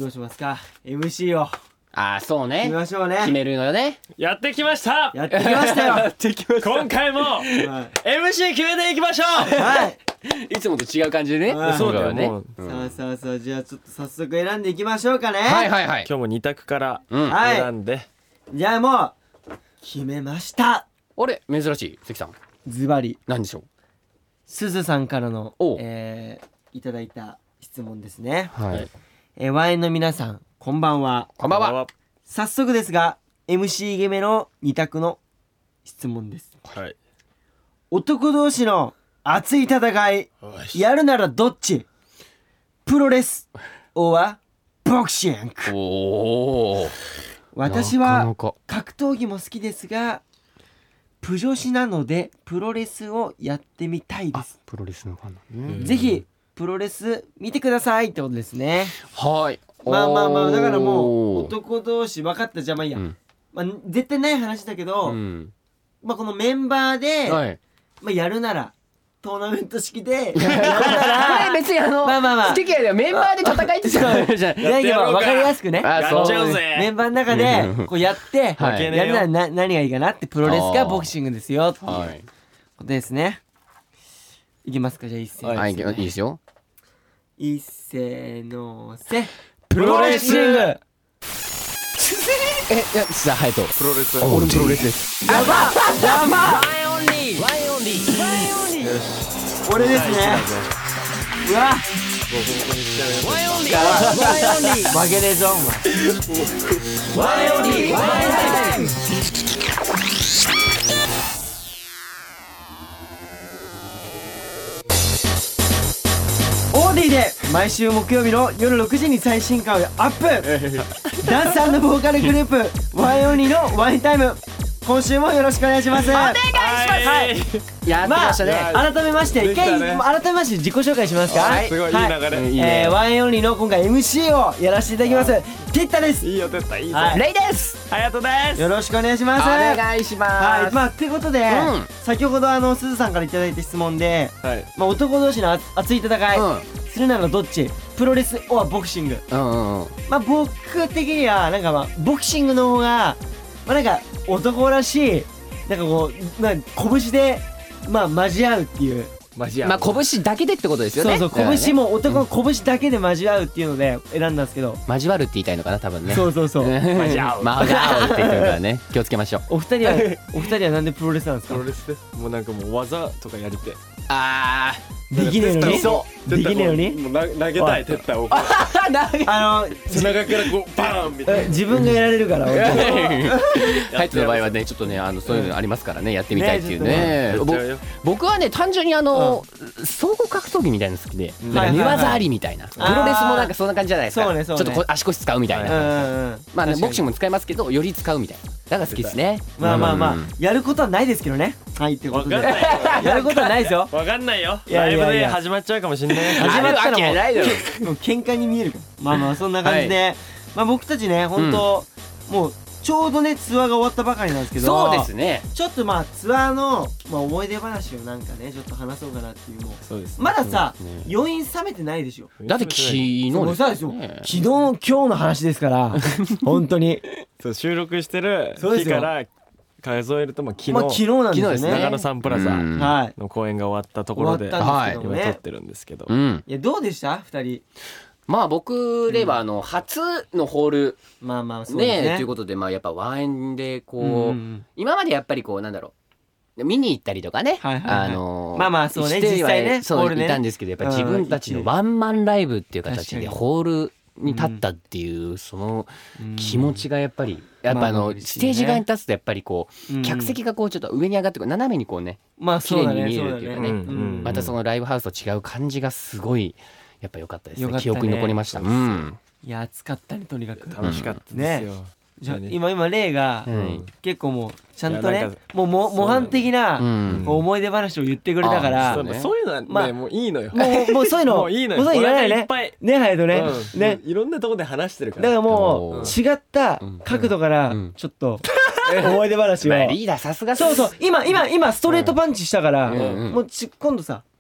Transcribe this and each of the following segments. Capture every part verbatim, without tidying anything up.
どうしますか エムシー をああそうね決めましょうね。 決めるのよね。 やってきました。 やってきましたよやってきました。 今回も エムシー 決めていきましょう。 はいいつもと違う感じでね。 はいそうだよね。 もうさあさあさあ、じゃあちょっと早速選んでいきましょうかね。 はいはいはい。 今日もに択からうん。 はい選んで、 じゃあもう決めました。 あれ珍しい関さん。 ズバリ何でしょう。 すずさんからのおう、 えー、いただいた質問ですね。 はい。 えー、ワインの皆さんこんばんは。 こんばんは。 早速ですが エムシー 決めのに択の質問です。 はい。 男同士の熱い戦いやるならどっち？プロレス or ボクシング。 おお。 私はなかなか格闘技も好きですがプ女子なのでプロレスをやってみたいです。 プロレスのファンなんだね。 ぜひプロレス見てくださいってことですね。 はい。 まあまあまあだからもうおー男同士分かった。じゃあまあいいや、 うんまあ、絶対ない話だけど、 うん。 まあこのメンバーで、 はい。 まあ、やるならトーナメント式でやるなこられ別にあのまあまあまあ素敵やでメンバーで戦いってさじゃいやいや分かりやすくねあやっちゃうメぜ。 ンバーの中でこうやってはいやるならな何がいいかなってプロレスかボクシングですよっていうはいことですね。いきますかじゃあ一斉はいいいですよ。 一斉のせプロレスボクシング。 えいやさあハヤトプロレス。 俺もプロレスです。 やばやばワンオンリーワンオンリーワンオンリー俺ですね。うわもうここにしちゃうよ。 ワンオンリーワンオンリー負けねえぞお前。 ワンオンリーワンオンリーオーディで毎週木曜日の夜ろくじに最新回をアップダンス&ボーカルグループワインオンリーのワインタイム、今週もよろしくお願いします。お願いしはい。 やってまあましたね。 改めまして一回できたね改めまして自己紹介しますか。 はいすごいいい流れ。 いいねえー、ワインオンリーの今回 エムシー をやらせていただきますティッタです。 いいよてったいいぞ。 はいレイですハヤトです。 よろしくお願いします。 お願いします。 はい、まあってことで、 うん先ほどあのすずさんからいただいた質問で、 はい。 まあ、男同士の熱熱い戦い、 うんするならどっち？プロレス or ボクシング。 うんうんうん。 まあ僕的にはなんかまあボクシングの方がまあなんか男らしいなんかこうなんか拳でまあ交わうっていう、 マジや。 まあ拳だけでってことですよね。 そうそうだからね拳も男の拳だけで交わうっていうので選んだんですけど、 交わるって言いたいのかな多分ね。 そうそうそう。 交わう交わうって言ってるからね。気をつけましょう。 お二人はお二人はなんでプロレスなんですかプロ？レスでもうなんかもう技とかやりて。 あできねえのにそうできねえのにもうな投げたいてったをあ。なあの背中からこうバーンみたいえ自分がやられるから本当にハイツの場合はねちょっとねあのそういうのありますからねやってみたいっていうねね。ぼな。やっちゃうよ。 僕はね単純にあの総合格闘技みたいなの好きで、 うんなんかはいはいはい寝技ありみたいな。プロレスもなんかそんな感じじゃないですか。 そうねそうねちょっとこう足腰使うみたいうんな。 うんうんまあね確かにボクシングも使いますけどより使うみたいな。だから好きですね。 まあまあまあうんやることはないですけどね。はいってことでわかんないやることはないですよ。 わかんないよ。 いやいやいやライブで始まっちゃうかもしんない。 始まったらもうあるわけないだろ。 もう喧嘩に見えるからまあまあそんな感じで、まあ僕たちね本当、もうちょうどねツアーが終わったばかりなんですけど、 そうですね。 ちょっとまあツアーの、まあ、思い出話をなんかねちょっと話そうかなっていう。もうそうです。 まださ、 そうですね余韻冷めてないでしょ。 だって昨日もうさですよね。 昨日の今日の話ですから本当にそう収録してるそうですよ日から数えるともう昨日、 まあ昨日なんですよね。 昨日ですね長野サンプラザうんはいの公演が終わったところで終わったんですけどもね、 今撮ってるんですけど、 うん。 いやどうでした二人。 まあ僕ではあの初のホールまあまあそうですねねということでまあやっぱワインでこうんうんううん今までやっぱりこうなんだろう見に行ったりとかね、 はいはいはいあのーまあまあそうねしては実際ねそうホールねいたんですけどやっぱり自分たちのワンマンライブっていう形で確かにホールに立ったっていうその気持ちがやっぱりやっぱあまあまあの嬉しいねステージ側に立つとやっぱりこううん客席がこうちょっと上に上がってこう斜めにこうねまあそうだね綺麗に見えるそうだねっていうかねうんうんまたそのライブハウスと違う感じがすごいやっぱ良かったです良かったねね記憶に残りました。うんいや暑かったねとにかく。 楽しかったですよ、 じゃあね今今レイがうん結構もうちゃんとねいやなんかもうも模範的なうんこう思い出話を言ってくれたからもそうそういうのはね、 まあもういいのよ。 うもうそういうのもういいのよもうそういうのいらないねお腹いっぱいねハヤトねうんねいろんなところで話してるから。 だからもうんう違った角度からうんちょっと思い出話をまあリーダーさすがそうそう今今今ストレートパンチしたからうんうんもうち今度さ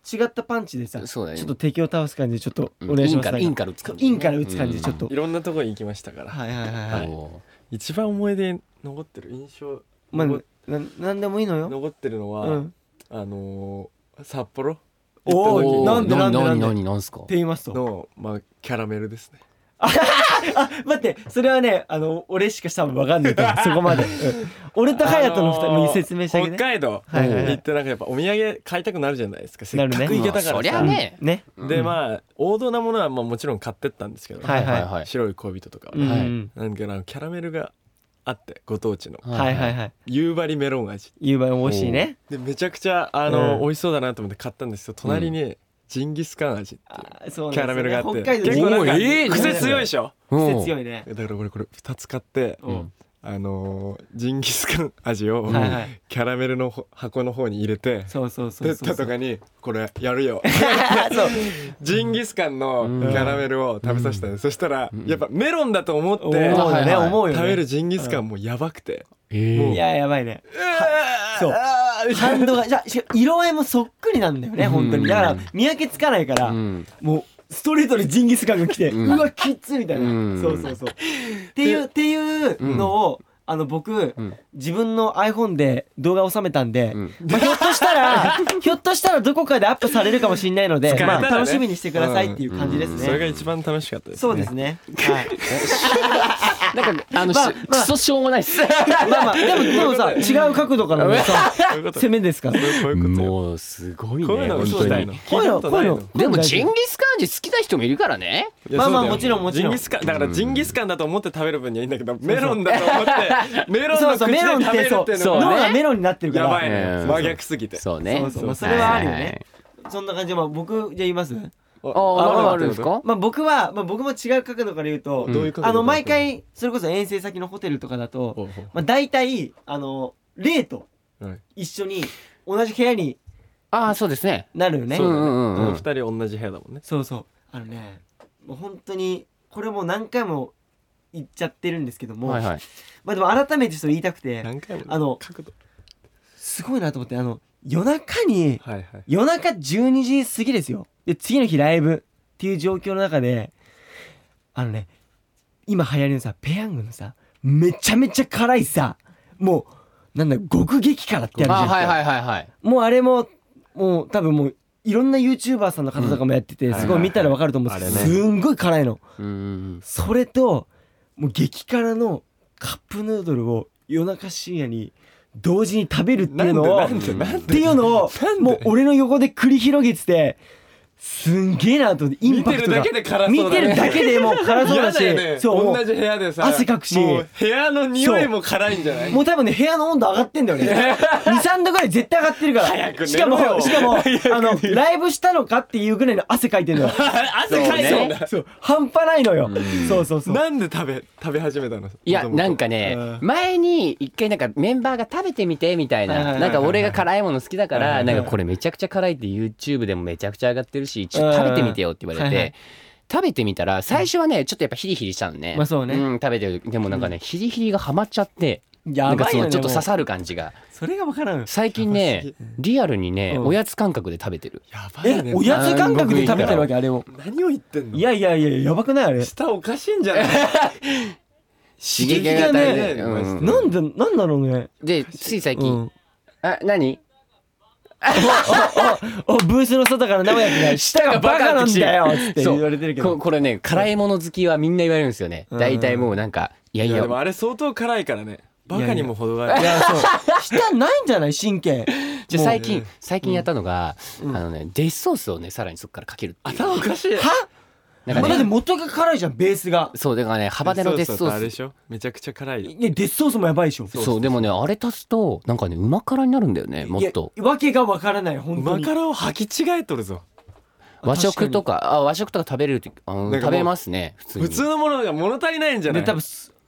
違ったパンチでさ、 そうだねちょっと敵を倒す感じでちょっとうんお願いします。 インからインから打つ感じインから打つ感じでちょっと、 いろんなところに行きましたから、 はいはいはいはい、 おー一番思い出に残ってる印象、 まあ残ななんでもいいのよ。 残ってるのは、 うん、 あのー札幌お行った時ーなんでなんでなんで何何すかって言いますと、 の、まあ、キャラメルですね。 あ待ってそれはねあの俺しか多分分かんないからそこまで、うん、俺と隼人のふたりも説明してあげて、 北海道はいはいはい行ってなんかやっぱお土産買いたくなるじゃないですか、せっなるねかく行けたからさ、 まあそりゃねね、 でまあ王道なものはまあもちろん買ってったんですけど、 はいはいはい白い恋人とかは、 うん、 はいうんなんかなんかキャラメルがあってご当地のはいはいはい、 夕張メロン味夕張美味しいね。 でめちゃくちゃあの、 うん美味しそうだなと思って買ったんですよ。隣にジンギスカン味っていうあーそうなんですよねキャラメルがあって、 北海道結構なんかおーえー癖強いでしょ。 うん癖強いね。 だから俺これふたつ買って、 うんあのージンギスカン味をはいはいキャラメルのほ箱の方に入れて、 そうそうそうペそうットとかにこれやるよそうジンギスカンのキャラメルを食べさせたんです、そしたらんやっぱメロンだと思って思うよね、 はいはい思うよね。 食べるジンギスカンもやばくて、 えーいややばいね。そうあーハンドがじゃあしかも色合いもそっくりなんだよね本当に。だから見分けつかないから、 うんもうストレートでジンギスカンが来て、 ううんわキッズみたいな、 うんそうそうそうっていうっていうのを、あの僕、 うん自分の iPhone で動画を収めたんで、 うんまあ、ひょっとしたらひょっとしたらどこかでアップされるかもしれないので、まあ、 使えたらね楽しみにしてくださいっていう感じですね、 それが一番楽しかったですね。 そうですね、はい、 なんかあの、 まあしまあクソしょうもないっすまあまあでもでもさ違う角度からのさそういうこと攻めですから。 こういうことよ。 もうすごいねこういうの本当に聞きたいの。 こういうの聞いたことないのこういうのでもジンギスカン味好きな人もいるからねいやまあまあそうだよもちろんもちろんジンギスカンだからジンギスカンだと思って食べる分にはいいんだけど、メロンだと思ってメロンそうそうの口でメロンって食べるそう脳っていうのがそうねがメロンになってるからやばいね、 うん真逆すぎて。 そうねそうそうまあそれはあるよねそんな感じで、まあ、僕じゃあ言います、 あああるんですかまあ、僕は、まあ、僕も違う角度から言うと、 うんどういう角度あの毎回それこそ遠征先のホテルとかだと、 ほうほうまあ、大体あのレイとはい一緒に同じ部屋にああそうですねなるよね。 そうだね、 うんうんうんこの二人同じ部屋だもんね。 そうそうあのねもう本当にこれもう何回も言っちゃってるんですけども、 はいはいまあでも改めてそれ言いたくて何回もあの角度。 すごいなと思ってあの夜中にはいはい。 夜中じゅうにじ過ぎですよ。で次の日ライブっていう状況の中であのね今流行りのさペヤングのさめちゃめちゃ辛いさもうなんだ極激辛ってあるじゃん、 あはいはいはいはいもうあれももう多分もういろんな YouTuber さんの方とかもやってて、 うんすごい見たらわかると思うんですけど、 はいはいはいすんごい辛いの。 うんうんそれともう激辛のカップヌードルを夜中深夜に同時に食べるっていうのをなんでなんでなんでっていうのをなんでもう俺の横で繰り広げててすんげえなと思ってイン見パクトがてるだけで辛そうだね。 見てるだけでもう辛そうだし嫌だよね、 そうも同じ部屋でさ汗かくしもう部屋の匂いも辛いんじゃないうもう多分ね部屋の温度上がってんだよねにさんどぐらい絶対上がってるから早くしかも寝ろよしかもあのライブしたのかっていうぐらいの汗かいてるのよ汗かいそうだ、 そう半端ないのようんそうそうそうなんで食べ食べ始めたの？ いや元々 なんかねうん前に一回なんかメンバーが食べてみてみたいはいはいははいないなんか俺が辛いもの好きだかはいはいはいらなんかこれめちゃくちゃ辛いって YouTube でもめちゃくちゃ上がってるしちょうんっと食べてみてよって言われはいはいて食べてみたら最初はねちょっとやっぱヒリヒリしたのねまあそうねん食べてるでもなんかねヒリヒリがハマっちゃってなやんかそのばいよねもうちょっと刺さる感じがそれが分からん最近ねやばすぎリアルにねうんおやつ感覚で食べてるやばいね。 えおやつ感覚で食べてるわけあれを何を言ってんの？ いやいやいややばくないあれ舌おかしいんじゃない？ 刺激が与えてマジでうんなんでなんだろうねでつい最近うんあ何おブースの外から生焼きが舌がバカなんだよっつって言われてるけどここれね辛いもの好きはみんな言われるんですよねうん大体もうなんかいやいやいやでもあれ相当辛いからね。バカにも程がある。 いやそう舌ないんじゃない神経もうじゃ最近ね最近やったのが、 うんあのねデスソースをねさらにそこからかけるっていう頭おかしい。 はなんかまあだってね元が辛いじゃんベースがそうだからねハバネロデスソースあれでしょ。めちゃくちゃ辛いよ。 いやデスソースもやばいでしょそうでもねあれ足すとなんかね旨辛になるんだよねもっといやわけがわからない本当に旨辛を履き違えとるぞ。 和食とかあ和食とか食べれるとあのなんかもう食べますね普通に普通のものが物足りないんじゃない？ で多分す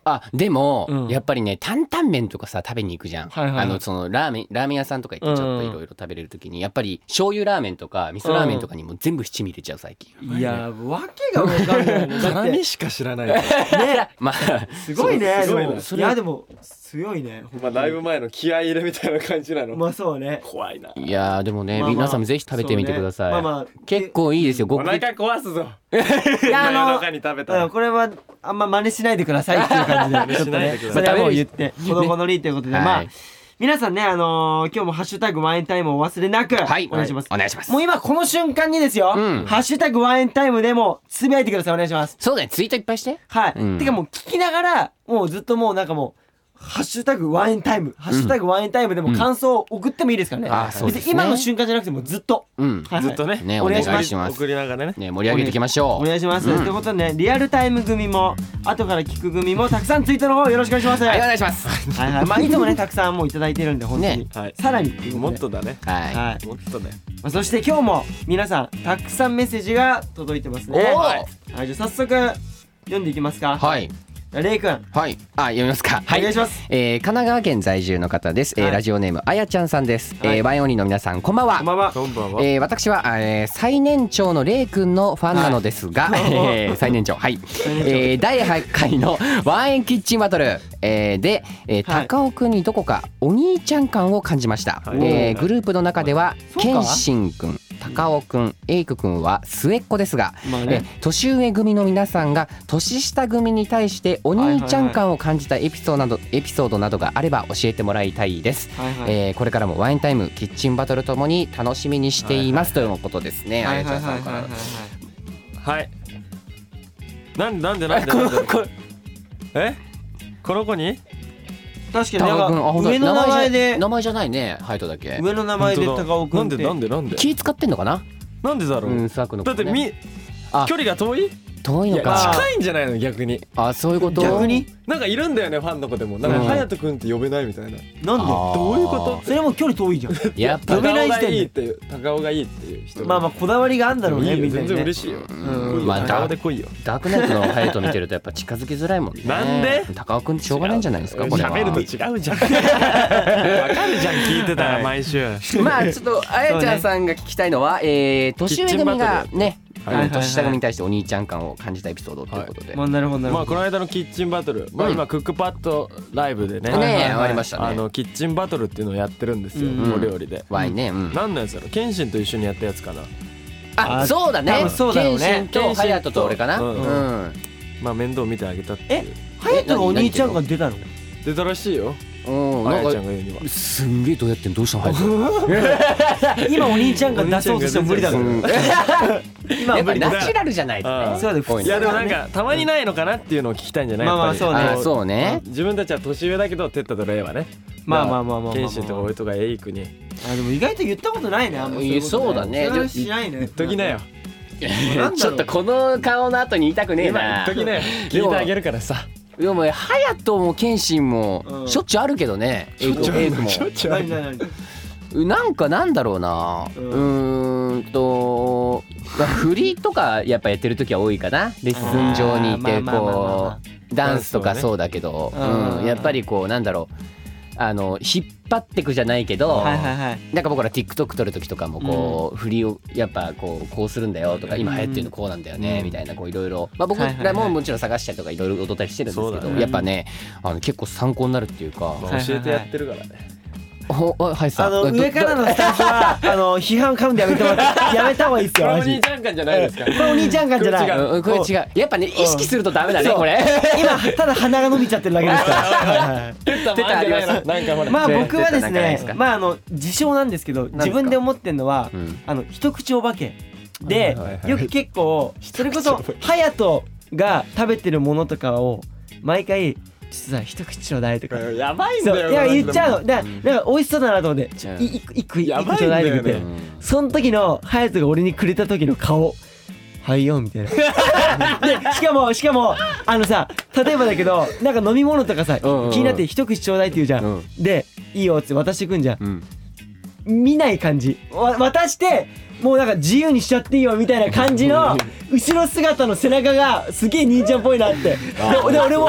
あでも、 うんやっぱりね担々麺とかさ食べに行くじゃん、 はいはいはいあのそのラーメンラーメン屋さんとか行ってちょっといろいろ食べれる時にやっぱり醤油ラーメンとか味噌ラーメンとかにも全部七味入れちゃう最近、 いやわけが分かんないよねだって辛味しか知らないよねまあすごいねすごいねでもいやでも強いねまあライブ前の気合い入れみたいな感じなの、 まあそうね怖いないやーでもね、 まあまあ皆さんもぜひ食べてみてください、 そうねまあまあ結構いいですよお極腹壊すぞいやあの夜中に食べたらうんこれはあんま真似しないでくださいっていう感じでちょっとね真似しないでくだそさいれはもう言ってほどほどにということでまあはい皆さんねあのー今日もハッシュタグワインタイムをお忘れなくはいお願いしますお願いしますもう今この瞬間にですようんハッシュタグワインタイムでもつぶやいてくださいお願いしますそうだねツイートいっぱいしてはい、 うんてかもう聞きながらもうずっともうなんかもうハッシュタグワインタイムハッシュタグワインタイムでも感想を送ってもいいですからね、 うんあそうですね別に今の瞬間じゃなくてもずっと、 うんはいずっとねねお願いお願いしますします送りながらねね盛り上げていきましょうお願いします、 うんということでねリアルタイム組も後から聞く組もたくさんツイートの方よろしくお願いしますはいお願いしますはいはいまあいつもねたくさんもういただいてるんで本当に、 ねはいさらにっていうもことでっとだねはいはいもっとねまあ、そして今日も皆さんたくさんメッセージが届いてますねおーはい、はい、じゃあ早速読んでいきますかはいじゃあレイくんはいあ読みますかお願いしますえー、神奈川県在住の方です、えーはいラジオネームあやちゃんさんです、 はいえーワインオンリーの皆さんこんばんはこんばんはこんばんはえー私は、えー最年長のレイくんのファンなのですが、 はいえー最年長はい、 年長えーだいはちかいのワンエンキッチンバトル、えーで、えーはい高尾くんにどこかお兄ちゃん感を感じました、 はいえーグループの中ではそうかケンシンくん高尾くんエイクくんは末っ子ですが、えまあねー年上組の皆さんが年下組に対してお兄ちゃん感を感じたエピソードなど、エピソードなどがあれば教えてもらいたいです、 はいはいえーこれからもワインタイムキッチンバトルともに楽しみにしています、ということですね。 はいあやちはいはいはいゃんさんからはいはいなんなんでなんでこなんでのこえこの子に確かになん高尾くんあ本当だか上の名前で名前じゃないねハヤトだけ上の名前で本当だ高尾くんってなんでなんでなんで気使ってんのかななんでだろう、 うんサークの子ねだってみあ距離が遠い遠いいやのか近いんじゃないの逆にあそういうこと逆になんかいるんだよねファンの子でもなんかうん隼人君って呼べないみたいななんであーどういうことそれも距離遠いじゃんやっぱ呼べない時点で高尾がいいっていう高尾がいいっていう人まあまあこだわりがあんだろうねいいよ全みんなにね然嬉しいようんまあ高尾ダで来いよダークナイトのハヤト見てるとやっぱ近づきづらいもんねなんで高尾くんってしょうがないんじゃないですかこれは喋ると違うじゃんわかるじゃん聞いてたら毎週まあちょっとあやちゃんさんが聞きたいのは、えー、年上組がねはいあの年下組に対してお兄ちゃん感を感じたエピソードということで、 まあなるほどなるまあほどこの間のキッチンバトルまあうん今クックパッドライブでねねえはいはいはい終わりましたねあのキッチンバトルっていうのをやってるんですようんお料理でワインね、うん何のやつだろう謙信と一緒にやったやつかなああそうだね多分そうだろうね謙信と謙信とハヤトと俺かなううんん、 まあ面倒見てあげたっていう隼人がお兄ちゃんが出たの出たらしいようん、 あなんかやちゃんが言うにはすんげえどうやってんどうしたのハヤト今お兄ちゃんが出そうとしても無理だろうんやっぱ今は無理だナチュラルじゃないとねあーそうだよこういうのいやでもなんかたまにないのかなっていうのを聞きたいんじゃないまあまあやっぱりそうねあーそうね自分たちは年上だけどテッタとレイはねまあまあまあまあまあまあ謙信とか俺とかエイクにあでも意外と言ったことないねあんまそういうことそうだねそれはしないね言っときなよなんだろうちょっとこの顔の後に言いたくねえ今言なっときなよ聞いてあげるからさでもハヤトも謙信もうんしょっちゅうあるけどねエイクエイクもしょっちゅうある何何何なんかなんだろうなううんーんとまあ振りとかやっぱやってる時は多いかなレッスン場に行ってあーまあまあまあまこあうダンスとかそうだけどうんうんやっぱりこうなんだろうあの引っ張ってくじゃないけどはいはいはいなんか僕ら TikTok 撮る時とかもこう振りをやっぱこうこうするんだよとか今流行ってるのこうなんだよねみたいなこういろいろまあ僕らももちろん探したりとかいろいろ踊ったりしてるんですけそうだねどやっぱねあの結構参考になるっていうかまあ教えてやってるからねおおはいさあのど上からのスタッフはあの批判買うんでやめてもらってやめた方がいいっすこれおよマジ兄ちゃん感じゃないですかこれお兄ちゃん感じゃないこれ違ううんこれ違うやっぱね意識するとダメだねそうこれ今ただ鼻が伸びちゃってるだけですからはいはいテッタもあんじゃないのなんかほらまあね僕はですなんかないですかねまああの自称なんですけどすか自分で思ってるのはうんあの一口お化けではいはいはいよく結構それこそ隼人が食べてるものとかを毎回ちょっとさ一口ちょうだいとかやばいんそうだよいや言っちゃうのだうんなんか美味しそうだなと思ってちょうんい一個一個一やばいん個ちょうだいって言ってだよねその時の隼人が俺にくれた時の顔はいよみたいなでしかもしかもあのさ例えばだけどなんか飲み物とかさ気うんうんうんになって一口ちょうだいって言うじゃん、 うんでいいよって渡してくんじゃんうん見ない感じわ渡してもうなんか自由にしちゃっていいよみたいな感じの後ろ姿の背中がすげえ兄ちゃんっぽいなってでで俺も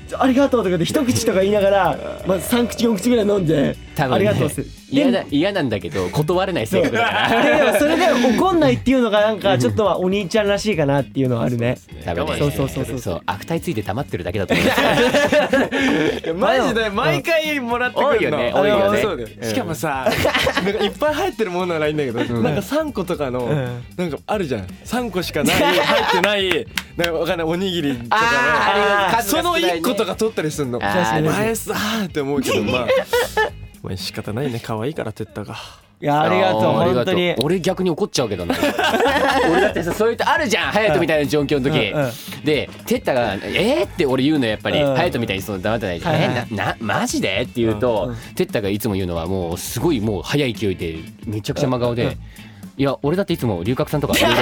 ありがとうとかで一口とか言いながら、まあ、さん口よん口ぐらい飲んで、 多分ねありがとうっす嫌だ嫌なんだけど断れない性格だからでもそれで怒んないっていうのがなんかちょっとはお兄ちゃんらしいかなっていうのはあるね。 多分ねそうそうそうそうそう悪態ついて溜まってるだけだと思ういやマジで毎回もらってくるの多いよね多いよねそうだよしかもさなんかいっぱい入ってるものならいいんだけど、なんかさんことかの、 んなんかあるじゃんさんこしかない入ってないなんかわかんないおにぎりとかあーねそのいっことか取ったりすんのあー前さーって思うけどまあまあ仕方ないね可愛いからてったがいやありがとうあーありがとう本当に。 俺逆に怒っちゃうけどな俺だってさそういうとあるじゃん隼人みたいな状況の時、 うんうんでテッタが「えー?」って俺言うのやっぱりうん隼人みたいにその黙ってないで「 はいはいえななマジで?」って言うと、 うんテッタがいつも言うのはもうすごいもう早い勢いでめちゃくちゃ真顔で「いや俺だっていつも龍角さんとかいろいろあ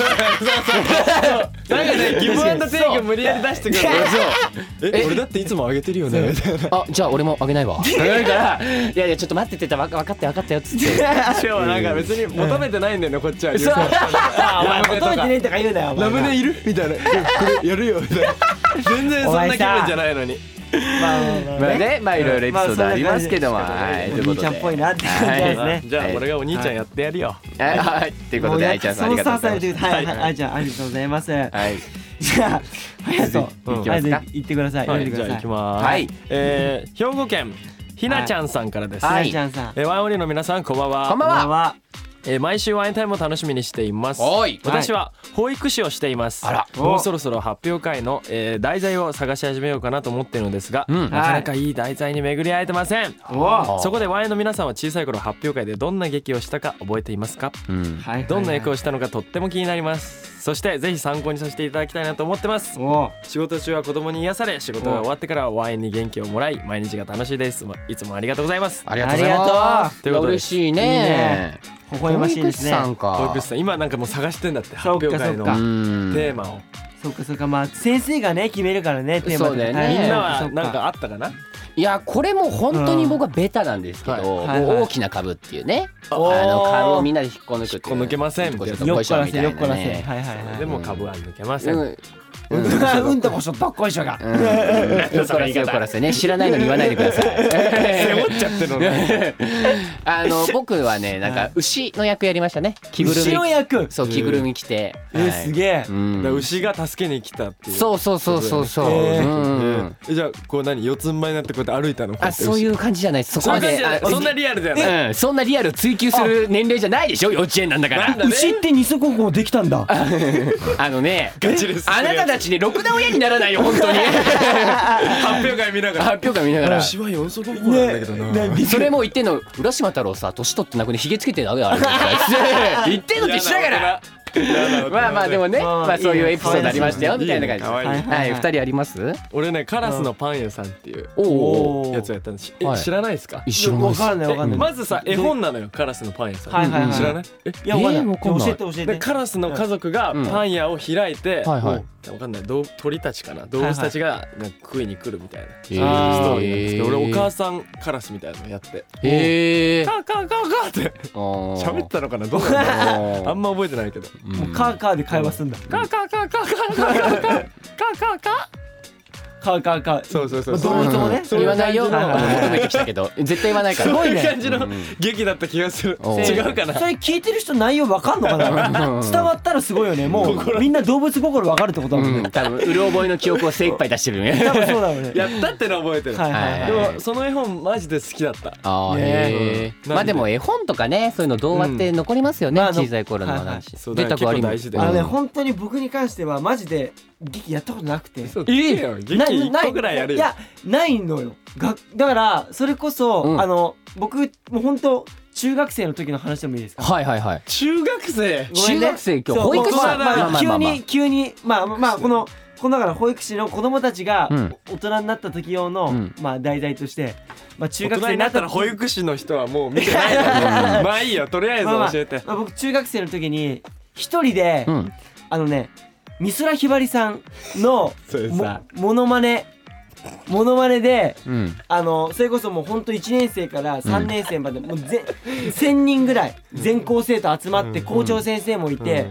げてなんかねギブアンドテイク無理やり出してくるのえ俺だっていつもあげてるよねみたいなあじゃあ俺もあげないわ」だから「いやいやちょっと待って」って言ったら「分かった分かったよ」っつってしかもなんか別に求めてないんだよねこっちはそうあお前ラムネとか求めてねえとか言うなよお前ラムネいるみたいなこれやるよみたいな全然そんな気分じゃないのにまあまあまあねまあいろいろエピソードありますけどもまあはいということでお兄ちゃんっぽいなって感じですね。 じゃあ俺がお兄ちゃんやってやるよはいはいということで愛ちゃんさんありがとうございましはいはい愛ちゃんありがとうございます。 たはいじゃあ隼人うんいきますか言ってください。 はい言ってください。 じゃあ行きますはいえー兵庫県ひなちゃんさんからですはい愛ちゃんさん。 えーワンオンリーの皆さんこんばんはこんばんはこんばんは。 えー毎週ワインタイムを楽しみにしていますおい私は保育士をしていますあらもうそろそろ発表会の、えー題材を探し始めようかなと思ってるのですが、 うんなかなかいい題材に巡り合えてません、 おそこでワインの皆さんは小さい頃発表会でどんな劇をしたか覚えていますか？ うんはいどんな役をしたのかとっても気になります。そしてぜひ参考にさせていただきたいなと思ってます。 お仕事中は子供に癒され、仕事が終わってからはワインに元気をもらい、毎日が楽しいです。まいつもありがとうございます。 ありがとうございますということで嬉しいいいねね微笑ましいですね。 保育士さんか保育士さん今なんかもう探してんだって発そっか表会のそっかうんテーマを。 そっかそっかまあ先生がね決めるからねテーマとかそうだよねはいみんなはそっなんかあったかな？ いやこれも本当に僕はベタなんですけど、 うんはいはいもう大きな株っていうね、あおーの株をみんなで引っこ抜くっていう引っこ抜けませんみたいなよっこらどっこいしょみたいなせよっこらせねはいはいはいでも株は抜けません。 うんうんとこしょどっこいしょがうんよっこらせよっこらせね知らないのに言わないでください背負っちゃってるのね。 あの僕はねなんか牛の役やりましたね着ぐるみ牛の役そう着ぐるみ着て、 えすげえうんだから牛が助けに来たっていう。 そうそうそうそうそう、 えーうんえじゃあこう何四つん這いになってこうやって歩いたの？ あそういうう感じじゃないですそこそんなまであそんなリアルだよね。 うん、そんなリアルを追求する年齢じゃないでしょ幼稚園なんだからなんだね牛って二足歩行できたんだあのねガチですあなたたちねろくな親にならないよ本当に発表会見ながら。 発表会見ながら牛は四足歩行なんだけどな。 ねそれも言ってんの浦島太郎さ年取ってなくねひげつけてダメだあれ言ってんのと一緒だからまあまあでもねまあまあそういうエピソードありましたよいいねみたいな感じ可愛いはいはい二人あります俺ねカラスのパン屋さんっていうおおおーやつをやったんです。えはい知らないですか？ 一緒のわかんないわかんないえまずさ絵本なのよカラスのパン屋さん。 はいはいはい知らない？えいやわかんえーわかんないない教えて教えでてカラスの家族がうんパン屋を開いて、 はいはいわかんない動鳥たちかな動物たちがなんか食いに来るみたいなへストーリーなんですけど、 へー俺お母さんカラスみたいなのやってへえカーカーカーカーって喋喋ってたのかなどうなんだろうあんま覚えてないけどもうカーカーで会話すんだカーカーカーカーカーカーカーカーカーカーカカーカーカーそうそうそう動物もねそういう言わないよ感じの求めてきたけど絶対言わないからすごいね感じのうん劇だった気がするおー違うかなそれ聞いてる人内容わかんのかなうん伝わったらすごいよねもうみんな動物心わかるってことだもんねうん多分うる覚えの記憶を精一杯出してるね多分そうだろうねやったってのは覚えてるはいはいはいでもその絵本マジで好きだったあーねへえうんまあでも絵本とかねそういうの童話って残りますよねうんまあ小さい頃のはいはい話そう出たくありだから結構大事だよあのねうん本当に僕に関してはマジで劇やったことなくてそういいよ劇一個ぐらいやるよいやないのよがだからそれこそ、 うんあの僕もう本当中学生の時の話でもいいですかはいはいはい中学生ごめんね中学生今日そう保育士まあまあまあまあまあ急まあに急にまあまあこのこのだから保育士の子供たちがうん大人になった時用の、 うんまあ題材として、まあ、中中学生になっ学生になったたら保育士の人はもう見てないからまあいいよとりあえずまあまあ教えてまあ、僕中学生の時に一人で、 うんあのね美空ひばりさんのそれさもモノマネモノマネでうんあのそれこそもうほんといちねん生からさんねん生まで、もうぜせんにんぐらい全校生徒集まって、 うん校長先生もいて、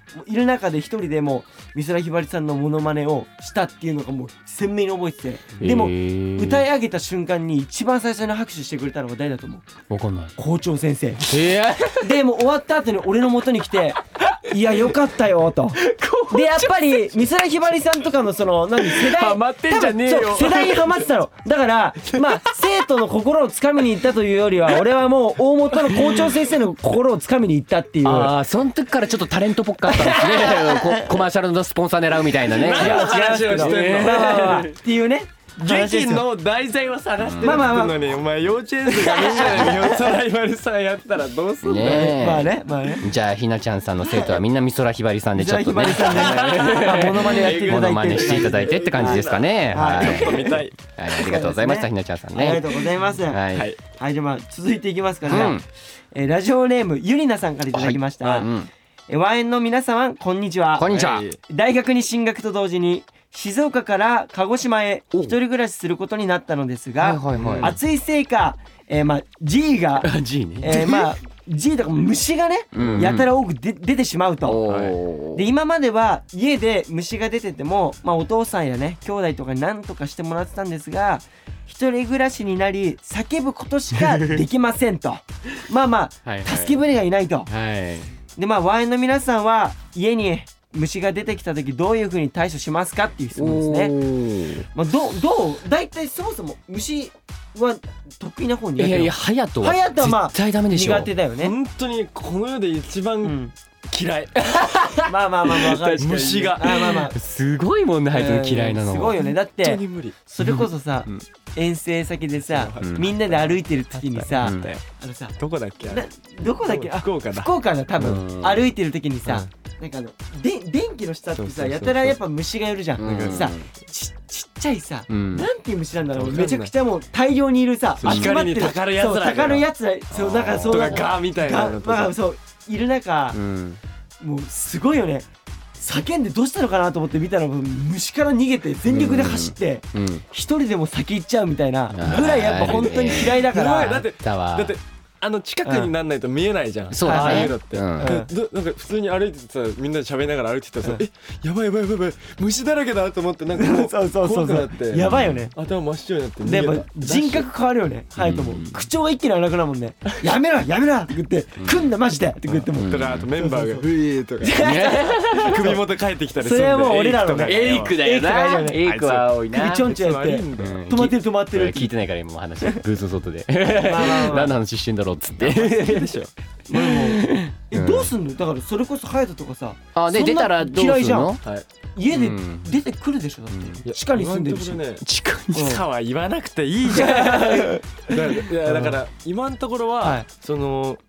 いる中で一人でも美空ひばりさんのモノマネをしたっていうのがもう鮮明に覚えてて、でも歌い上げた瞬間に一番最初に拍手してくれたのが誰だと思う？ わかんない。 校長先生。 えでもう終わった後に俺の元に来ていやよかったよと。でやっぱり美空ひばりさんとかのその何世代ハマってんじゃねえよ。 多分そう世代にハマってたのだからまあ生徒の心をつかみに行ったというよりは俺はもう大元の校長先生の心をつかみに行ったっていう。 ああ、その時からちょっとタレントっぽかったんですね。コ, コマーシャルのスポンサー狙うみたいなね。 何の話をしてんの。 まあまあまあっていうね。 劇の題材を探してるってのに、お前幼稚園生がみんなで美空ひばりさんやったらどうすんだよ。 ねえ。 まあねまあね。 じゃあひなちゃんさんの生徒はみんな美空ひばりさんでちょっとね、 美空ひばりさんでモノマネやっていたモだいてノマネしていただいてって感じですかね。 はいはい。 ちょっと見たい。 はい、ありがとうございました、ひなちゃんさんね。 ありがとうございます。ははい。 はい。 いじゃあまあ続いていきますかね。 うんえーラジオネームゆりなさんからいただきました。 うん。 えーワンエンの皆様こんにちは。 こんにちは。 はい大学に進学と同時に静岡から鹿児島へ一人暮らしすることになったのですが、 はいはいはい。 暑いせいか、えーまあ G が、 あ、G ね。 えーまあ G とか虫がねうんうんやたら多くで出てしまうと。 おー。 で今までは家で虫が出てても、まあ、お父さんやね兄弟とかに何とかしてもらってたんですが、一人暮らしになり叫ぶことしかできませんと。まあまあはいはい助け舟がいないと。 はい。 でまあワインの皆さんは家に虫が出てきた時どういう風に対処しますかっていう質問ですね。 ね。 まあ、どうどう大体そもそも虫は得意な方にいやいや、ハヤトは隼人はまあ絶対ダメでしょ。 苦手だよね。 本当にこの世で一う番ん、 嫌い。 まあまあまあまあ分かる。 虫があまあまあすごいもんね、ハヤト嫌いなの。 すごいよね。だっ本当てに無理。 それこそさ、 うん遠征先でさ、 うんみんなで歩いてる時にさ、 うんあのさどこだっけあなれ。 どこだっけあ福岡だ。 福岡だ多分、 うん歩いてる時にさ、なんかあので電気の下ってそうそうそうそうさやたらやっぱ虫がいるじゃん、 うんだからさちちっちゃいさ、 うんなんていう虫なんだろう、 わかんないめちゃくちゃもう大量にいるさそう集まってる光にたかるやつらそうたかるやつらそうなんかそうとかなんかガーみたいなのとか。 まあそういる中う、ん。 もうすごいよね。叫んでどうしたのかなと思って見たら虫から逃げて全力で走ってうん。 一人でも先行っちゃうみたいなぐらいやっぱ本当に嫌いだから。 やばいだってだわ。 だってあの近くになんないと見えないじゃん。 そうだねああいうのって。 うんでどなんか普通に歩いててさみんなで喋りながら歩いてたらさ、えやばいやばいやばいやばい虫だらけだと思ってなんかもうそうそうそうそう怖くなってやばいよね。 頭真っ白になってでやっぱ人格変わるよね。隼人も口調が一気に荒くなるもんね。やめろやめろって言って来んなマジでって言ってもとかあとメンバーが「ふい」とか首元帰ってきたりすそるんでれはもう俺らのねエイクとかエイクだよな。 エエイクは多いな。 首ちょんちょんやって悪いんだようん止まってる止まってるって聞いてないから今も話ブースの外でまあまあまあ何の話してんだろうっつってでしょ。 まあもうえうんどうすんのだからそれこそ隼人とかさあでそんな出たらどうす嫌いじゃんるのはい。 家でうん出てくるでしょだって地下に住んでるし今のところね近い地下は言わなくていいじゃん。だからいやだから今のところははいその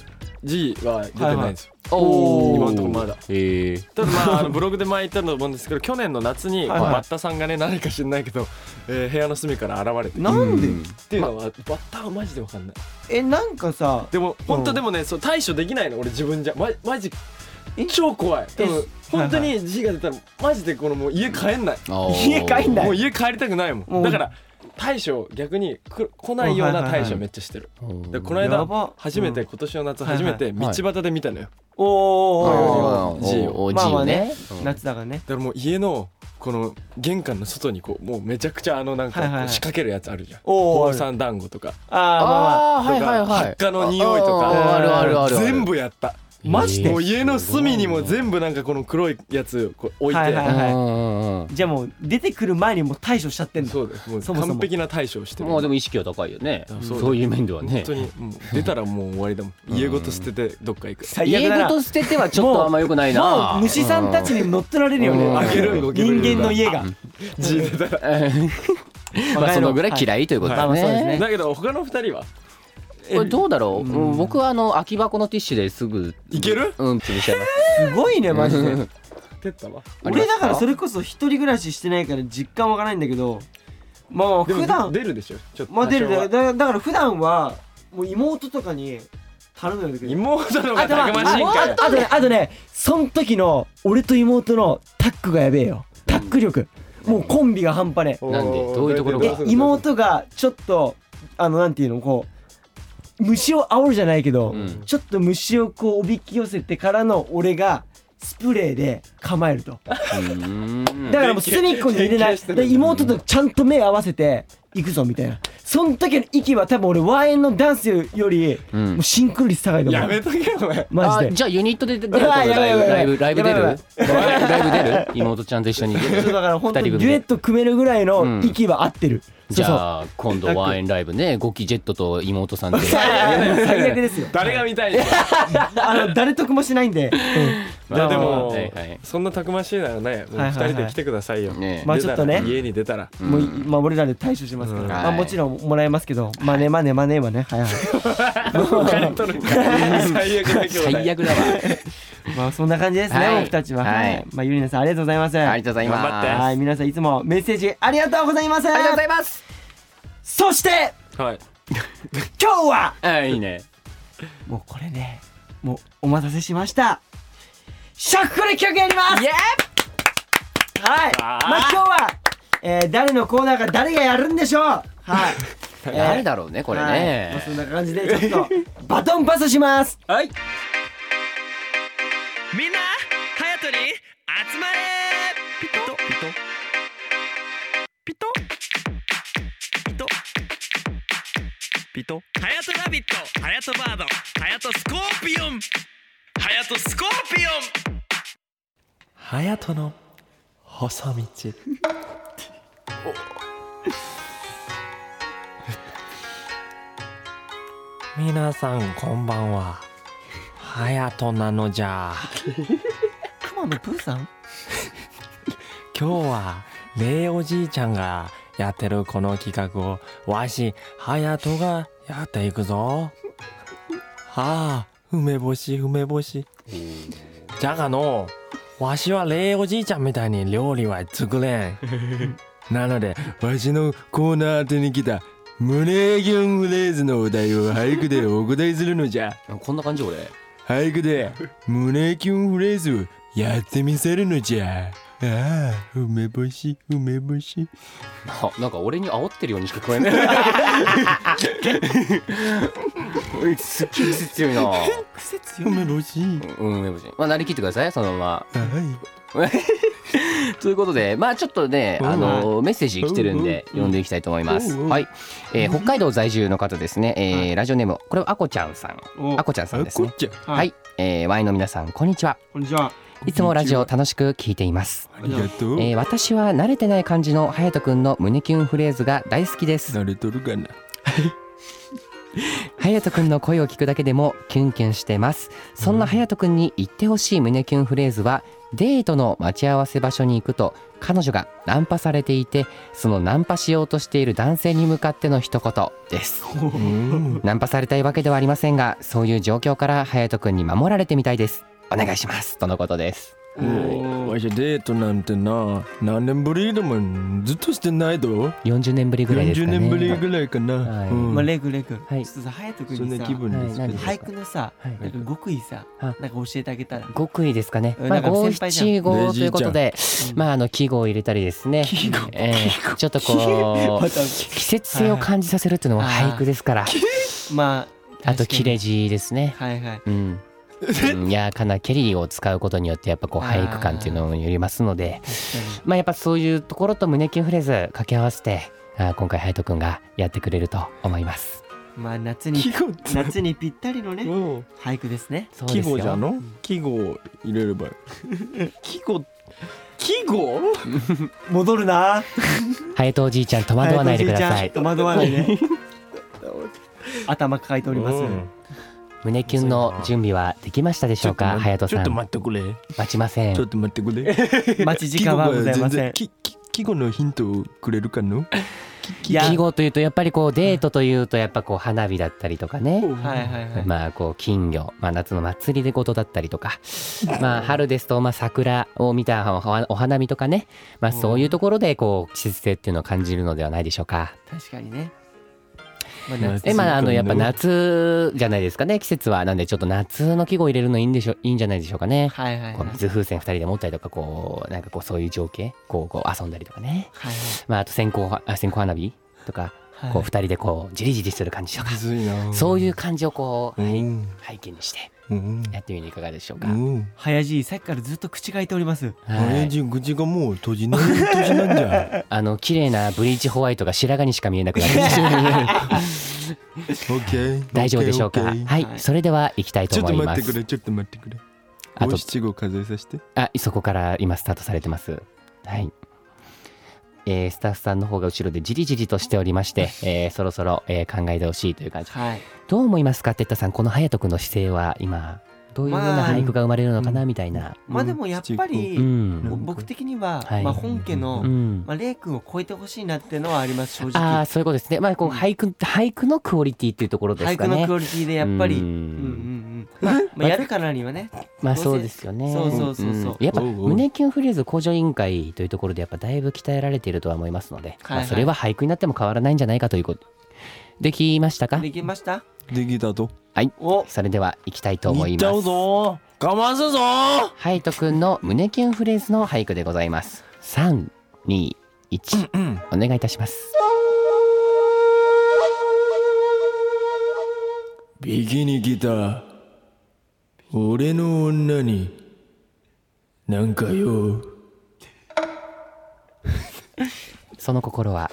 G は出てないんですよ。 おー今のところまだ。 へえただまああのブログで前言ったと思うんですけど去年の夏にはいはいバッタさんがね何か知んないけど、えー部屋の隅から現れてっなんでていうのはバッタはマジでわかんない。 えなんかさでも本当でもねそう対処できないの俺自分じゃまマジえ超怖い。多分え本当に G が出たらマジでこのもう家帰んない。 家帰んないもう家帰りたくないももうん。だから対処逆にく来ないような対処めっちゃしてる。でこのや間ば初めてうん今年の夏初めてはいはい道端で見たのよ。 おーおーおーおー G をおまあまあ G ねね夏だからねだからもう家のこの玄関の外にこうもうめちゃくちゃあのなんかはいはいはいこう仕掛けるやつあるじゃん。 おー宝山団子とかあーまあまああーはいはいはい発火の匂いとかあーあるあるあるある全部やった。 マジでもう家の隅にも全部なんかこの黒いやつこう置いて、 はいはいはいうんうんうんじゃあもう出てくる前にもう対処しちゃってんだそうですもうそもそも完璧な対処をしてる。 まあでも意識は高いよねあそうそういう面ではね本当にもう出たらもう終わりだもん。家ごと捨ててどっか行く。 家最悪だなごと捨ててはちょっとあんま良くないなもう虫さんたちに乗っ取られるよねうんあげる人間の家が G 出たら。 まあそのぐらい嫌いということだはいまあまあそうですねねだけど他の二人はこれどうだろううんうん僕はあの空き箱のティッシュですぐいける？ うん潰しちゃいますすごいねマジでてったわ。 俺だからそれれこそ一人暮らししてないから実感わからないんだけどまあでも普段出るでしょ。ちょっとまあ出る多少はだだだから普段はもう妹とかに頼むんだけど妹の方があとまあたくましいんかい。 あとねあとねそん時の俺と妹のタッグがやべえよタッグ力もうコンビが半端ねえなんでどういうところがえ妹がちょっとあのなんていうのこう虫を煽るじゃないけど、 うんちょっと虫をこうおびき寄せてからの俺がスプレーで構えると。 うーんだからもう隅っこに入れない。で妹とちゃんと目合わせて行くぞみたいな。その時の息は多分俺ワンエンのダンスよりうんもうシンクロ率高いと思う。 やめとけよお前。 マジで。 あじゃあユニットで出ることうわやばいやばいライブライブ出るやばいやライブ出る妹ちゃんと一緒にそうだから本当にデ二人組でュエット組めるぐらいの息は合ってる。 じそうそう。 ゃあ今度ワンエンライブねゴキジェットと妹さんで最悪ですよ。 誰が見たいの。 あの誰得もしないんで。 いやでもはいはいそんなたくましいならねもうはいはいはい二人で来てくださいよ。 ねまあちょっとね出たら家に出たら。 もうまあ俺らで対処しますから。 うんまあもちろんもらえますけど、マネマネマネはね、はいはい。 お金取るんか最悪だけど。 最悪だわまあそんな感じですね、 はい僕たちは。 ははいい。まあゆりなさんありがとうございます。 ありがとうございます頑張ってはい、皆さんいつもメッセージありがとうございます。 ありがとうございますそしてはい。 今日はあいいねもうこれね、もうお待たせしました。シャッフル企画やります。 イエはい。 あーまあ今日は、えー、誰のコーナーか誰がやるんでしょう。はい。 ーイ誰だろうねこれはいまあねそんな感じでちょっとバトンパスします。 はいみんなハヤトに集まれピトピトピトピトピトハヤトラビットハヤトバードハヤトスコーピオンハヤトスコーピオンハヤトの細道。皆さんこんばんは。ハヤトなのじゃ。 クマのプーさん。 今日はレイおじいちゃんがやってるこの企画をわしハヤトがやっていくぞ。はあ、梅干し梅干し。じゃがのわしはレイおじいちゃんみたいに料理は作れん。なのでわしのコーナー宛てに来た胸キュンフレーズのお題を俳句でお答えするのじゃ。 こんな感じ俺俳句で胸キュンフレーズをやってみせるのじゃ。ああ、梅干し梅干し。 あなんか俺に煽ってるようにしか聞こえないすっげえ癖強いな癖強い。 梅干し。 うん梅干しまあなりきってくださいそのままはい。 ということでまあちょっとねあのメッセージ来てるんでうん読んでいきたいと思いますうんはい、えー北海道在住の方ですね、えーラジオネームこれはあこちゃんさんおあこちゃんさんですねこっちゃ。 はい、えーワインの皆さんこんにちは。 こんにちは。 いつもラジオ楽しく聞いています、 ありがとう。 えー私は慣れてない感じの隼人くんの胸キュンフレーズが大好きです慣れとるかな。 隼人くんの声を聞くだけでもキュンキュンしてます。そんな隼人くんに言ってほしい胸キュンフレーズはデートの待ち合わせ場所に行くと彼女がナンパされていてそのナンパしようとしている男性に向かっての一言ですうん。 ナンパされたいわけではありませんがそういう状況から隼人くんに守られてみたいです。お願いしますとのことです。 わしデートなんてな何年ぶりでもずっとしてないと。 よんじゅうねんぶりぐらいですかね。 よんじゅうねんぶりぐらいかな。 はいうんまあレグレグ。 はいちょっとさ隼人君そんなにさ気分ですけどはい。 俳句のさ、 はいなんか極意さ、 あなんか教えてあげたら。 極意ですかね。 うんまあ五なんか先輩じゃん七五ということで、 うんまああの季語を入れたりですね。えーちょっとこうまた季節性を感じさせるっていうのも俳句ですから。 まああと切れ字ですね。 はいはい。 うん。うんいやかなケリーを使うことによってやっぱこう俳句感っていうのによりますので、まあやっぱそういうところと胸キュンフレーズ掛け合わせて、あ今回隼人くんがやってくれると思います。 まあ夏に季語って夏にぴったりのねうん俳句ですね。 そうですよ季語じゃの季語を入れれば季語季語戻るな。 隼人おじいちゃん戸惑わないでください。 戸惑わないで。頭抱えております。 うん胸キュンの準備はできましたでしょうか、隼人ちょっとさん。 待ってくれ。 待ちませんちょっ。と待ってくれ。 待ち時間はございません。 きき季語のヒントをくれるかの。 いや季語というとやっぱりこうデートというとやっぱこう花火だったりとかね、 はいはいはい。 まあこう金魚、まあ、夏の祭りでことだったりとか、まあ春ですとまあ桜を見たおお花見とかね、まあそういうところでこう季節性っていうのを感じるのではないでしょうか。 確かにね。まあ夏夏でまああのそうかねやっぱ夏じゃないですかね、季節は。なんでちょっと夏の季語を入れるのいいんでしょいいんじゃないでしょうかね。 はいはいはい。 こう水風船ふたりで持ったりとかこうなんかこうそういう情景こうこう遊んだりとかね、 はいまああと線香あ線香花火とかはい。 こうふたりでこうじりじりする感じとか、 むずいな。 そういう感じをこう、はいうん背景にしてうんやってみていかがでしょうか。 うん早じさっきからずっと口が開いております。 はい、 親父口がもう閉じない年なんじゃあの綺麗なブリーチホワイトが白髪にしか見えなくなりました。 オッケー大丈夫でしょうか。 オッケーオッケーはい、 はいそれでは行きたいとちょっと思います。 待ってくれちょっと待ってくれあと五七五数えさせて。 あ、そこから今スタートされてます。はい。えー、スタッフさんの方が後ろでじりじりとしておりまして、えー、そろそろ、えー、考えてほしいという感じ。 はい。 どう思いますか、てったさん。この隼人君の姿勢は今どういうような俳句が生まれるのかな、みたいな。 まあでもやっぱり、 うん僕的には、 はいまあ本家の、 うんまあレイ君を超えてほしいなっていうのはあります正あ直。 あ、そういうことですね。まあこう俳句俳句のクオリティっていうところです俳かね。 句のクオリティでやっぱり、 ううんんうんうん。まあ、まあやるからにはね。 まあそうですよね。 そうそうそうそうんやっぱおうおう胸キュンフレーズ向上委員会というところでやっぱだいぶ鍛えられているとは思いますので、 はいはいまあそれは俳句になっても変わらないんじゃないかということ。できましたか？ できました？ できたとお、 それでは行きたいと思いいっちゃうます。 ぞかますぞハイトくんの胸キュンフレーズの俳句でございます。さん、に、いち、お願いいたします。 ビキニ来た俺の女になんかよその心は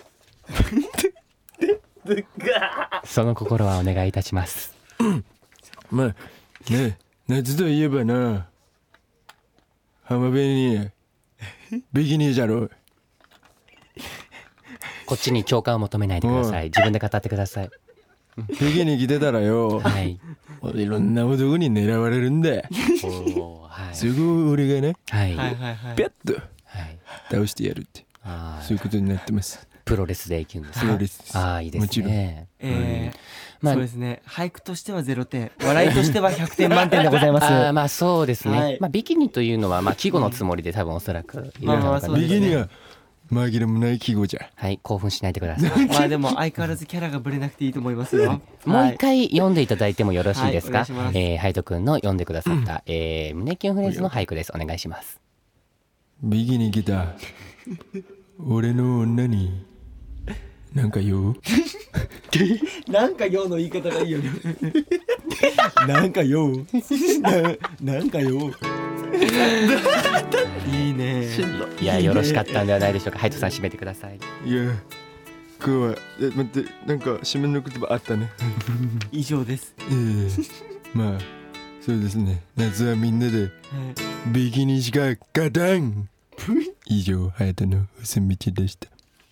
その心はお願いいたします。 まあね夏といえばな浜辺にビキニじゃろこっちに共感を求めないでください。自分で語ってください。 ビキニ着てたらよはい。 いろんな男に狙われるんだおーはい。 すぐ俺がねはい。 はいはいはい。 ピャッとはい。 倒してやるってあーそういうことになってますプロレスでいくんですプロレスああ、いいですもちろんね。 えーまあそうですね。俳句としてはゼロてん、笑いとしてはひゃくてん満点でございます。 あーまあそうですね、 はいまあビキニというのはまあ季語のつもりで多分おそらくいろいろなのかなまあまあそうですねビキニは紛れもない季語じゃはい、興奮しないでください。 まあでも相変わらずキャラがぶれなくていいと思いますよ。 もうはい一回読んでいただいてもよろしいですか。 はいお願いしますえー、ハイト君の読んでくださった、えー、胸キュンフレーズの俳句です。お願いします。 ビキニ着た俺の女になんかよなんかようの言い方がいいよね。なんかよう。ななんかよう。いいね。 いや、よろしかったんではないでしょうか。ハイトさん締めてください。 いや今日はえ待ってなんか締めの言葉あったね以上です。 えー、まあそうですね夏はみんなではいビキニしか勝たん以上隼人の薄道でした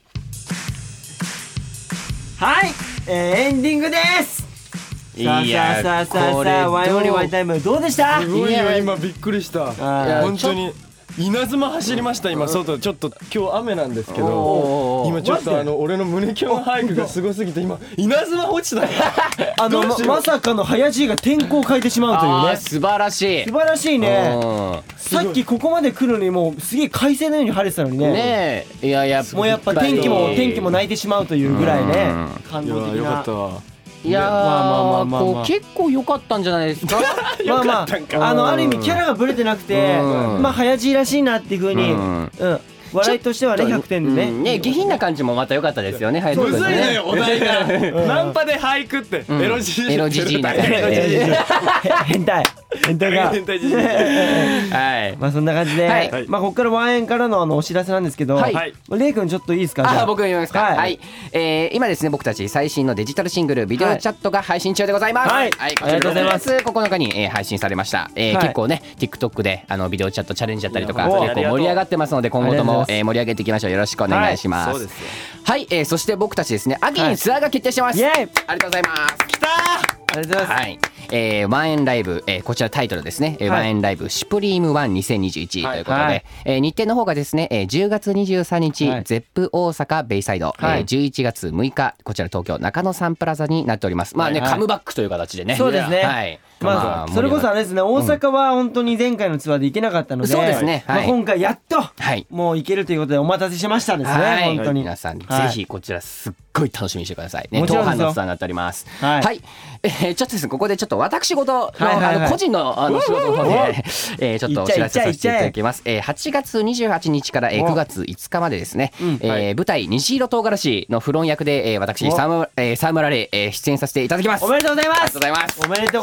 はい、えー、エンディングです。さあいやさあさあさあこれさあワインオンリーワインタイムどうでした？ すごいいやよ今びっくりしたあ本当に稲妻走りました今外ちょっと今日雨なんですけどおー今ちょっマジでとあの俺の胸キュン俳句がすごすぎて今稲妻落ちたよあのまどうしようまさかの早知が天候を変えてしまうというね。 あー素晴らしい。 素晴らしいね。 うんさっきここまで来るのにもうすげえ快晴のように晴れてたのにね。 ねえ、いやいや、 もうやっぱ天気も天気も泣いてしまうというぐらいねうん感い動的なやよかった。わいやー、 まあまあまあまあまあこう結構良かったんじゃないですか。 まあまああのある意味キャラがブレてなくてうんまあ早知らしいなっていう風にううんん笑いとしてはねひゃくてんでうんね。 ね、下品な感じもまた良かったですよね、隼人君ね。 むずいのよお題がナンパで俳句ってうんエロじじいエロじじいな感じエロじじいで。 変態変態が変態じじいはい。 まあそんな感じで、 はいまあここからワンエンからのあのお知らせなんですけど、 はいはいレイ君ちょっといいですか？じゃあ、僕読みますか。 ははいい、えー今ですね、僕たち最新のデジタルシングルビデオチャットが配信中でございます。 はいこちらありがとうございますろくがつここのかに、えー配信されました。えーはい結構ね、TikTok であのビデオチャットチャレンジだったりとかいや結構盛り上がってますので今後とも、 ありがとうございますえー盛り上げていきましょう。よろしくお願いします。 そうですよはい、えーそして僕たちですね、秋にツアーが決定してます。 イエーイありがとうございます。 来たありがとうございます。 はい、えーワンエンライブ、えーこちらタイトルですね、えーはいワンエンライブシュプリームワンにせんにじゅういちということで、 はいえー日程の方がですね、えーじゅうがつにじゅうさんにち、 はいゼップ大阪ベイサイド、 はいえーじゅういちがつむいかこちら東京中野サンプラザになっております。まあね、 はいカムバックという形でね。 そうですねはい。 まあそれこそあれですね、大阪は本当に前回のツアーで行けなかったので、 そうですねはいまあ今回やっとはい。 もう行けるということでお待たせしましたですね、 はい、 本当に。 皆さん、 はいぜひこちらすっごい楽しみにしてくださいね。 もちろんですよ当番のツアーになっております。 はいはい、えーちょっとですねここでちょっと私事の、 はいはいはいあの個人のあの仕事の方で、えーちょっとお知らせさせていただきます。えーはちがつにじゅうはちにちから、えーおくがついつかまでですね、 うんえーはい舞台虹色唐辛子のフロン役で、えー私お沢村、えー沢村レイ、えー出演させていただきます。 おめでとうございます。 ありがとうございます。 おめでとうございます。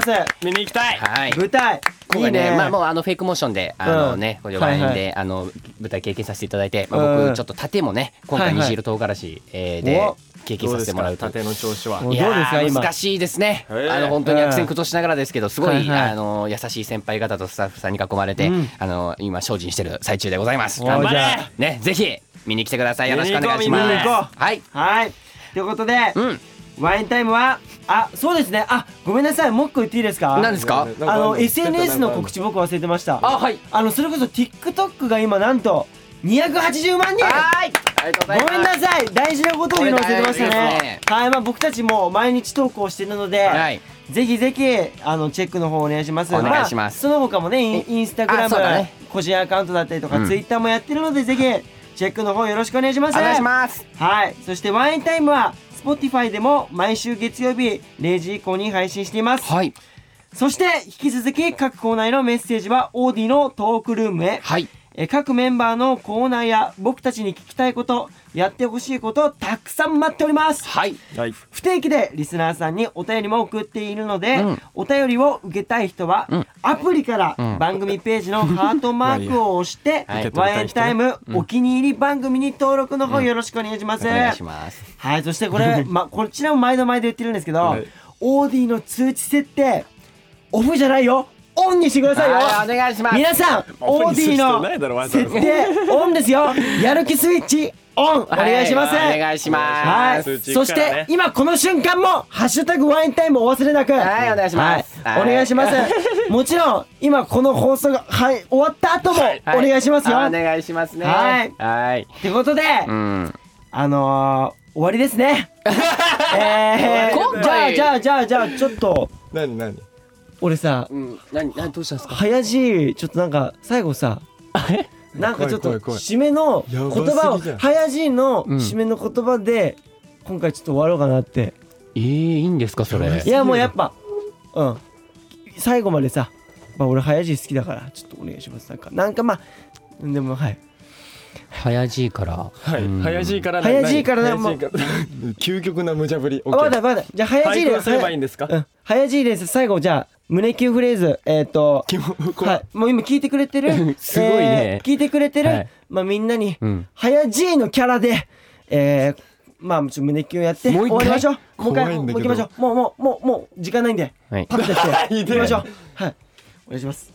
見に行きたい。 はい舞台今回ねいいね。 まあもうあのフェイクモーションであのうんねこれワインはいであの舞台経験させていただいて、まあうん僕ちょっと盾もね今はいはい回虹色唐辛子えーでお経験させてもらうと。 縦の調子は。 もういやどうですかー今難しいですね。 へーあの本当に悪戦苦闘しながらですけどすごい、 はいはいあの優しい先輩方とスタッフさんに囲まれて、 うんあの今精進してる最中でございます。 お頑張れじゃあねぜひ見に来てください。よろしくお願いし見にます。 行こう見に行こはい。 はいということで、 うん。 ワインタイムはあそうですねあごめんなさいもう一個言っていいですか。 何ですか？ あの エスエヌエス の告知僕忘れてました。 あはい。 あのそれこそ TikTok が今なんとにひゃくはちじゅうまんにん。 はい。ありがとうございます。 ごめんなさい大事なことを言うの忘れてましたこれ大事ですねね。 はいまあ僕たちも毎日投稿してるので、 はい。 ぜひぜひあのチェックの方お願いします。 お願いしますあ、その他もねインインスタグラムあそうだね個人アカウントだったりとか、 うんツイッターもやってるのでぜひチェックの方よろしくお願いします。 お願いします。 はいそしてワインタイムは Spotify でも毎週月曜日れいじ以降に配信しています。 はい。 そして引き続き各コーナーへのメッセージはオーディのトークルームへ。 はい。 え各メンバーのコーナーや僕たちに聞きたいことやってほしいことたくさん待っております。 はい。 はい。 不定期でリスナーさんにお便りも送っているので、 うんお便りを受けたい人は、 うんアプリからうん番組ページのハートマークを押して、 はいワインタイム、 うんお気に入り番組に登録の方よろしくお願いします。 お願いします。 はいそしてこれ、ま、こちらも毎度毎度言ってるんですけど、 はいオーディの通知設定オフじゃないよオンにしてくださいよ。 はいお願いします。 皆さんオーディの設定オンですよ。やる気スイッチオンお願いします。 はいお願いします。 はい、 通知そし行くからねて今この瞬間もハッシュタグワインタイムお忘れなく。 はいお願いしますはいはいお願いします。もちろん今この放送がはい終わった後もお願いしますよ。 はいお願いしますね。 はいはい。 ってことで、 うん。 あのー、終わりですね。えー、 今回じゃあじゃあじゃあじゃあちょっと何何。 俺さうん。何何どうしたんですか？ 早じちょっとなんか最後さなんかちょっと怖い怖い怖い締めの言葉をやばすぎじゃん早じのうん締めの言葉で今回ちょっと終わろうかなって。 ええいいんですかそれい。やもうやっぱうん最後までさ、まあ、俺早じ好きだからちょっとお願いします。なんかなんかまあでもはい早じから。 はい。 うん早しいから。 早しいからね何早しいから究極な無茶ぶり。 あまだまだじゃあ早じです配当すればいいんですか。 うん早じです最後じゃあ胸キュンフレーズえっ、ー、とキモこはいもう今聞いてくれてるすごいねえー聞いてくれてる、 はいまあみんなにうん。 早じのキャラでえー、まあちょっと胸キュンやってもう一回終わりましょう。もう一回怖いんだけどもう行きましょう。もうもうもうもう時間ないんではい。 パッとやっていいね行きましょう。はいお願いします。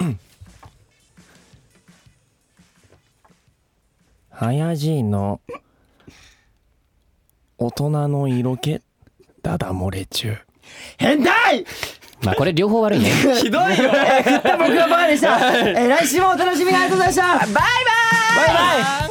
早じの大人の色気ダダ漏れ中。 変態まあこれ両方悪いね。 ひどいよ。 えー、振った僕がバーでした、えー、来週もお楽しみにありがとうございました。バイバイバイバイ